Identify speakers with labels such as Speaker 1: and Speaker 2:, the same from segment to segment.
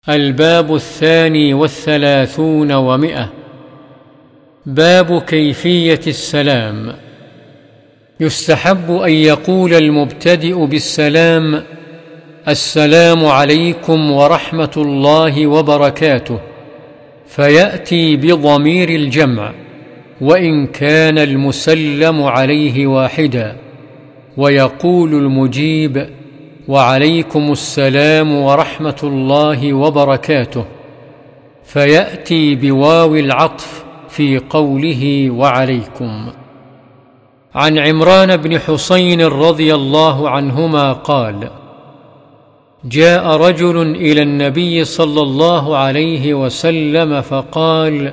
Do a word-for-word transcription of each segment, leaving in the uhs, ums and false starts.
Speaker 1: الباب الثاني والثلاثون ومئة. باب كيفية السلام. يستحب أن يقول المبتدئ بالسلام: السلام عليكم ورحمة الله وبركاته، فيأتي بضمير الجمع وإن كان المسلم عليه واحدا، ويقول المجيب: وعليكم السلام ورحمة الله وبركاته، فيأتي بواو العطف في قوله وعليكم. عن عمران بن حسين رضي الله عنهما قال: جاء رجل إلى النبي صلى الله عليه وسلم فقال: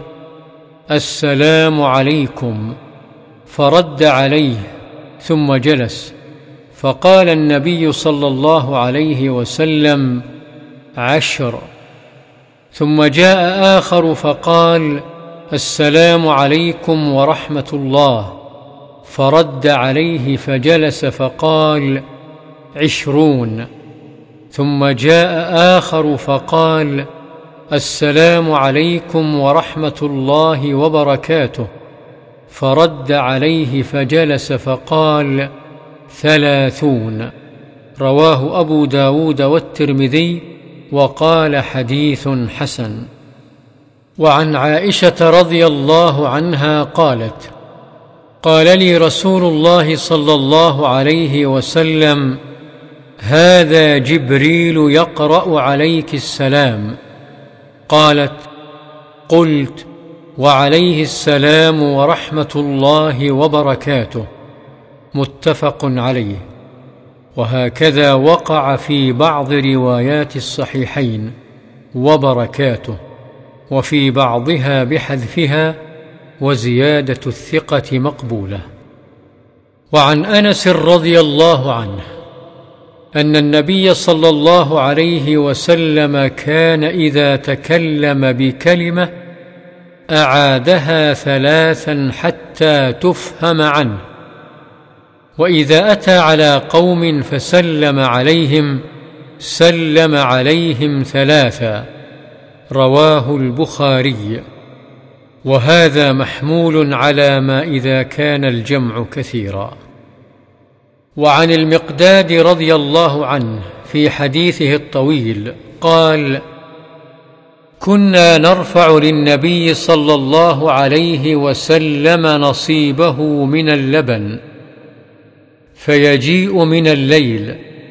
Speaker 1: السلام عليكم، فرد عليه ثم جلس، فقال النبي صلى الله عليه وسلم: عشر. ثم جاء آخر فقال: السلام عليكم ورحمة الله، فرد عليه فجلس فقال: عشرون. ثم جاء آخر فقال: السلام عليكم ورحمة الله وبركاته، فرد عليه فجلس فقال: ثلاثون. رواه أبو داود والترمذي وقال: حديث حسن. وعن عائشة رضي الله عنها قالت: قال لي رسول الله صلى الله عليه وسلم: هذا جبريل يقرأ عليك السلام. قالت: قلت: وعليه السلام ورحمة الله وبركاته. متفق عليه. وهكذا وقع في بعض روايات الصحيحين وبركاته، وفي بعضها بحذفها، وزيادة الثقة مقبولة. وعن أنس رضي الله عنه أن النبي صلى الله عليه وسلم كان إذا تكلم بكلمة أعادها ثلاثا حتى تفهم عنه، وإذا أتى على قوم فسلم عليهم سلم عليهم ثلاثا. رواه البخاري. وهذا محمول على ما إذا كان الجمع كثيرا. وعن المقداد رضي الله عنه في حديثه الطويل قال: كنا نرفع للنبي صلى الله عليه وسلم نصيبه من اللبن، فيجيء من الليل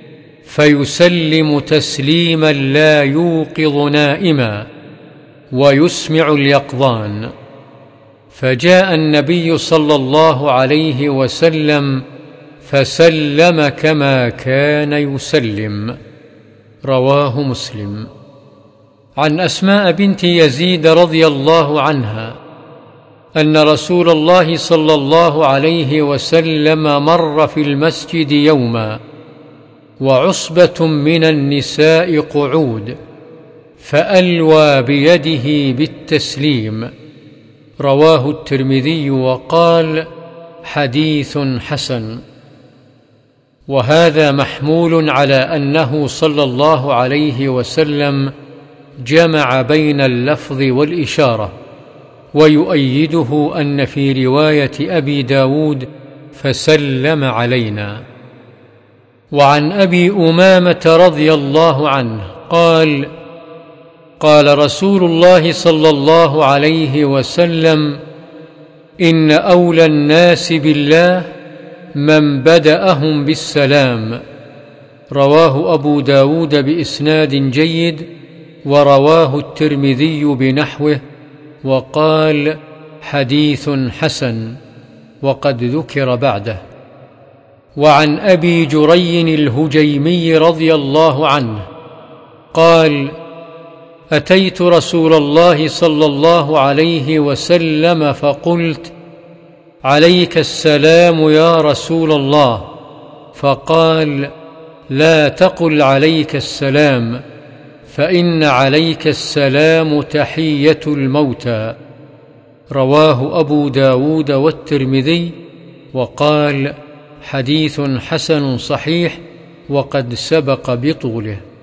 Speaker 1: فيسلم تسليما لا يوقظ نائما ويسمع اليقظان. فجاء النبي صلى الله عليه وسلم فسلم كما كان يسلم. رواه مسلم. عن أسماء بنت يزيد رضي الله عنها أن رسول الله صلى الله عليه وسلم مر في المسجد يوما وعصبة من النساء قعود، فألوى بيده بالتسليم. رواه الترمذي وقال: حديث حسن. وهذا محمول على أنه صلى الله عليه وسلم جمع بين اللفظ والإشارة، ويؤيده أن في رواية أبي داود فسلم علينا. وعن أبي أمامة رضي الله عنه قال: قال رسول الله صلى الله عليه وسلم: إن أولى الناس بالله من بدأهم بالسلام. رواه أبو داود بإسناد جيد، ورواه الترمذي بنحوه وقال: حديث حسن، وقد ذكر بعده. وعن أبي جري الهجيمي رضي الله عنه قال: أتيت رسول الله صلى الله عليه وسلم فقلت: عليك السلام يا رسول الله. فقال: لا تقل عليك السلام، فإن عليك السلام تحية الموتى. رواه أبو داود والترمذي وقال: حديث حسن صحيح، وقد سبق بطوله.